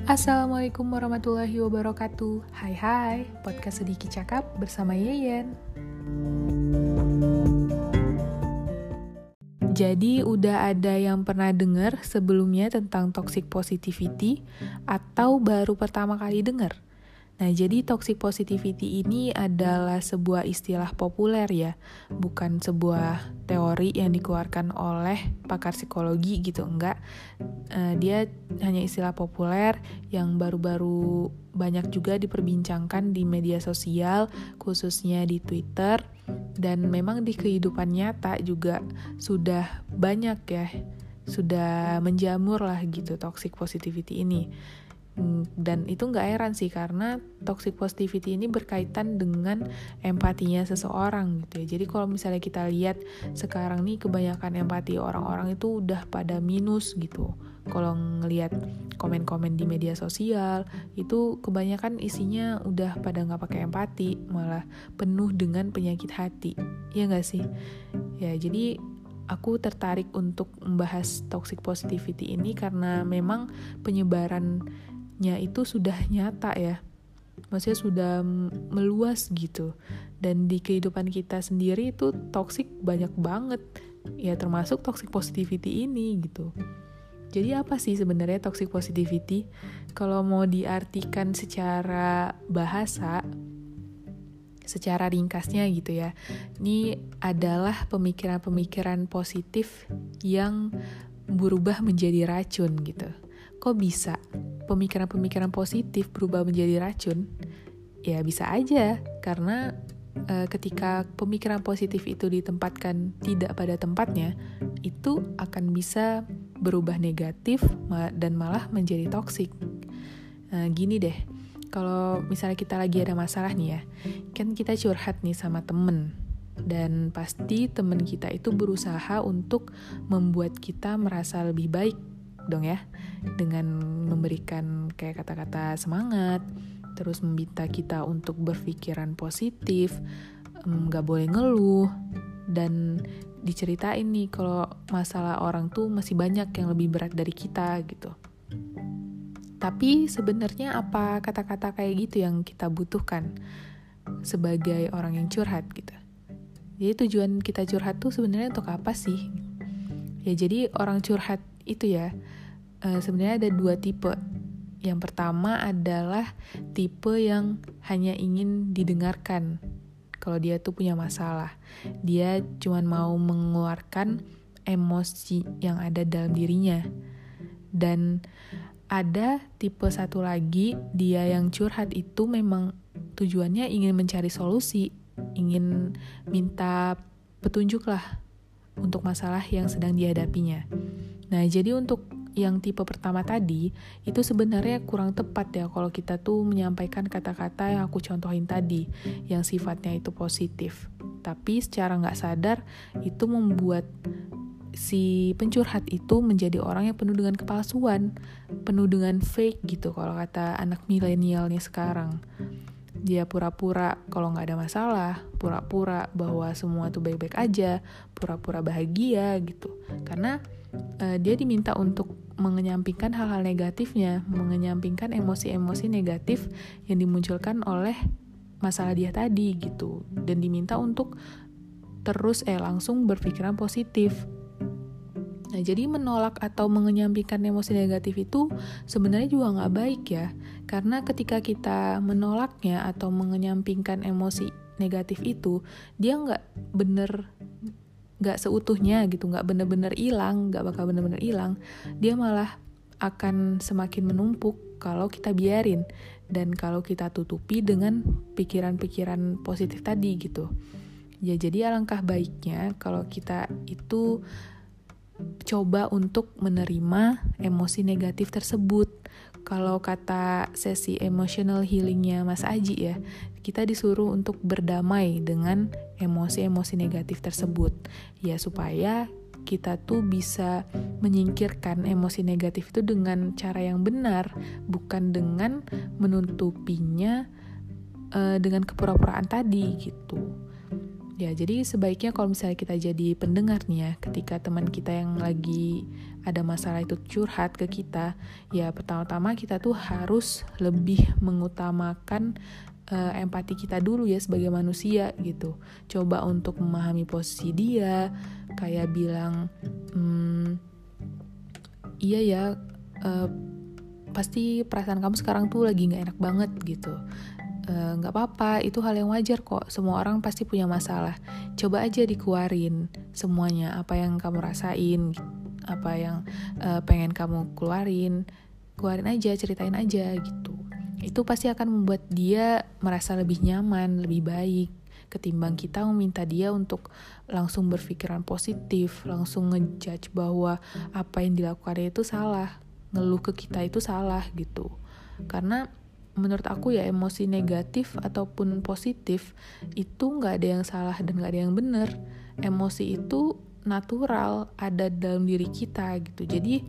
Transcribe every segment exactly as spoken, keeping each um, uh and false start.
Assalamualaikum warahmatullahi wabarakatuh. Hai hai, podcast Sedikit Cakap bersama Yeyen. Jadi udah ada yang pernah dengar sebelumnya tentang toxic positivity atau baru pertama kali dengar? Nah, jadi toxic positivity ini adalah sebuah istilah populer ya, bukan sebuah teori yang dikeluarkan oleh pakar psikologi gitu, enggak. Uh, dia hanya istilah populer yang baru-baru banyak juga diperbincangkan di media sosial, khususnya di Twitter, dan memang di kehidupan nyata juga sudah banyak ya, sudah menjamur lah gitu toxic positivity ini. Dan itu gak heran sih, karena toxic positivity ini berkaitan dengan empatinya seseorang gitu ya. Jadi kalau misalnya kita lihat sekarang nih, kebanyakan empati orang-orang itu udah pada minus gitu. Kalau ngelihat komen-komen di media sosial, itu kebanyakan isinya udah pada gak pakai empati, malah penuh dengan penyakit hati. Iya gak sih? Ya, jadi aku tertarik untuk membahas toxic positivity ini karena memang penyebaran nya itu sudah nyata ya, maksudnya sudah meluas gitu, dan di kehidupan kita sendiri itu toxic banyak banget ya, termasuk toxic positivity ini gitu. Jadi apa sih sebenarnya toxic positivity? Kalau mau diartikan secara bahasa, secara ringkasnya gitu ya, ini adalah pemikiran-pemikiran positif yang berubah menjadi racun gitu. Kok bisa pemikiran-pemikiran positif berubah menjadi racun? Ya bisa aja, karena e, ketika pemikiran positif itu ditempatkan tidak pada tempatnya, itu akan bisa berubah negatif dan malah menjadi toksik. Nah, gini deh, kalau misalnya kita lagi ada masalah nih ya, kan kita curhat nih sama temen, dan pasti temen kita itu berusaha untuk membuat kita merasa lebih baik dong ya, dengan memberikan kayak kata-kata semangat, terus meminta kita untuk berpikiran positif, nggak boleh ngeluh, dan diceritain nih kalau masalah orang tuh masih banyak yang lebih berat dari kita gitu. Tapi sebenarnya apa kata-kata kayak gitu yang kita butuhkan sebagai orang yang curhat gitu? Jadi tujuan kita curhat tuh sebenarnya untuk apa sih? Ya jadi orang curhat itu ya, e, sebenarnya ada dua tipe. Yang pertama adalah tipe yang hanya ingin didengarkan. Kalau dia tuh punya masalah, dia cuma mau mengeluarkan emosi yang ada dalam dirinya. Dan ada tipe satu lagi, dia yang curhat itu memang tujuannya ingin mencari solusi, ingin minta petunjuk lah untuk masalah yang sedang dihadapinya. Nah, jadi untuk yang tipe pertama tadi, itu sebenarnya kurang tepat ya kalau kita tuh menyampaikan kata-kata yang aku contohin tadi, yang sifatnya itu positif. Tapi secara gak sadar, itu membuat si pencurhat itu menjadi orang yang penuh dengan kepalsuan, penuh dengan fake gitu kalau kata anak milenialnya sekarang. Dia pura-pura kalau gak ada masalah, pura-pura bahwa semua tuh baik-baik aja, pura-pura bahagia gitu. Karena uh, dia diminta untuk mengenyampingkan hal-hal negatifnya, mengenyampingkan emosi-emosi negatif yang dimunculkan oleh masalah dia tadi gitu. Dan diminta untuk terus eh langsung berpikiran positif. Nah, jadi menolak atau mengenyampingkan emosi negatif itu sebenarnya juga nggak baik ya, karena ketika kita menolaknya atau mengenyampingkan emosi negatif itu, dia nggak bener, nggak seutuhnya gitu, nggak bener-bener hilang, nggak bakal bener-bener hilang, dia malah akan semakin menumpuk kalau kita biarin dan kalau kita tutupi dengan pikiran-pikiran positif tadi gitu. Ya, jadi alangkah baiknya kalau kita itu coba untuk menerima emosi negatif tersebut. Kalau kata sesi emotional healingnya Mas Aji ya, kita disuruh untuk berdamai dengan emosi-emosi negatif tersebut. Ya supaya kita tuh bisa menyingkirkan emosi negatif itu dengan cara yang benar, bukan dengan menutupinya uh, dengan kepura-puraan tadi gitu. Ya, jadi sebaiknya kalau misalnya kita jadi pendengar nih ya, ketika teman kita yang lagi ada masalah itu curhat ke kita, ya pertama-tama kita tuh harus lebih mengutamakan uh, empati kita dulu ya sebagai manusia gitu. Coba untuk memahami posisi dia, kayak bilang, hmm, iya ya, uh, pasti perasaan kamu sekarang tuh lagi gak enak banget gitu. Nggak uh, apa-apa, itu hal yang wajar kok. Semua orang pasti punya masalah. Coba aja dikeluarin semuanya, apa yang kamu rasain, apa yang uh, pengen kamu keluarin, keluarin aja, ceritain aja gitu. Itu pasti akan membuat dia merasa lebih nyaman, lebih baik, ketimbang kita meminta dia untuk langsung berpikiran positif, langsung ngejudge bahwa apa yang dilakukannya itu salah, ngeluh ke kita itu salah gitu. Karena menurut aku ya, emosi negatif ataupun positif itu gak ada yang salah dan gak ada yang benar. Emosi itu natural, ada dalam diri kita gitu. Jadi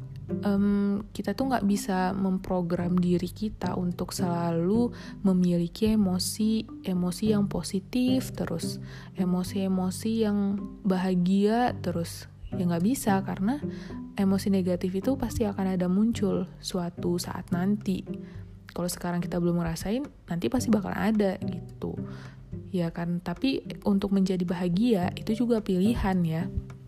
um, kita tuh gak bisa memprogram diri kita untuk selalu memiliki emosi emosi yang positif terus, emosi-emosi yang bahagia terus. Ya gak bisa, karena emosi negatif itu pasti akan ada muncul suatu saat nanti. Kalau sekarang kita belum ngerasain, nanti pasti bakal ada gitu. Ya kan, tapi untuk menjadi bahagia itu juga pilihan ya.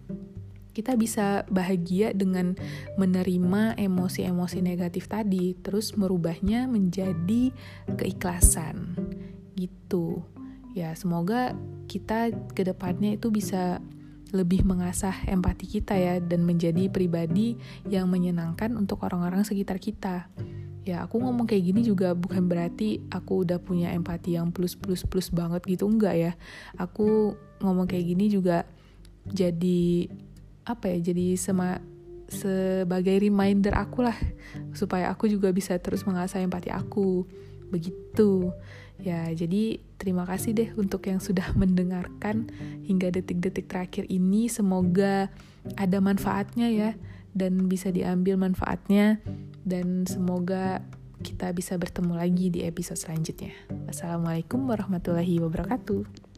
Kita bisa bahagia dengan menerima emosi-emosi negatif tadi, terus merubahnya menjadi keikhlasan gitu. Ya, semoga kita ke depannya itu bisa lebih mengasah empati kita ya, dan menjadi pribadi yang menyenangkan untuk orang-orang sekitar kita. Ya, aku ngomong kayak gini juga bukan berarti aku udah punya empati yang plus-plus-plus banget gitu, enggak ya. Aku ngomong kayak gini juga jadi, apa ya, jadi sema, sebagai reminder aku lah, supaya aku juga bisa terus mengasah empati aku, begitu. Ya, jadi terima kasih deh untuk yang sudah mendengarkan hingga detik-detik terakhir ini. Semoga ada manfaatnya ya, dan bisa diambil manfaatnya. Dan semoga kita bisa bertemu lagi di episode selanjutnya. Wassalamualaikum warahmatullahi wabarakatuh.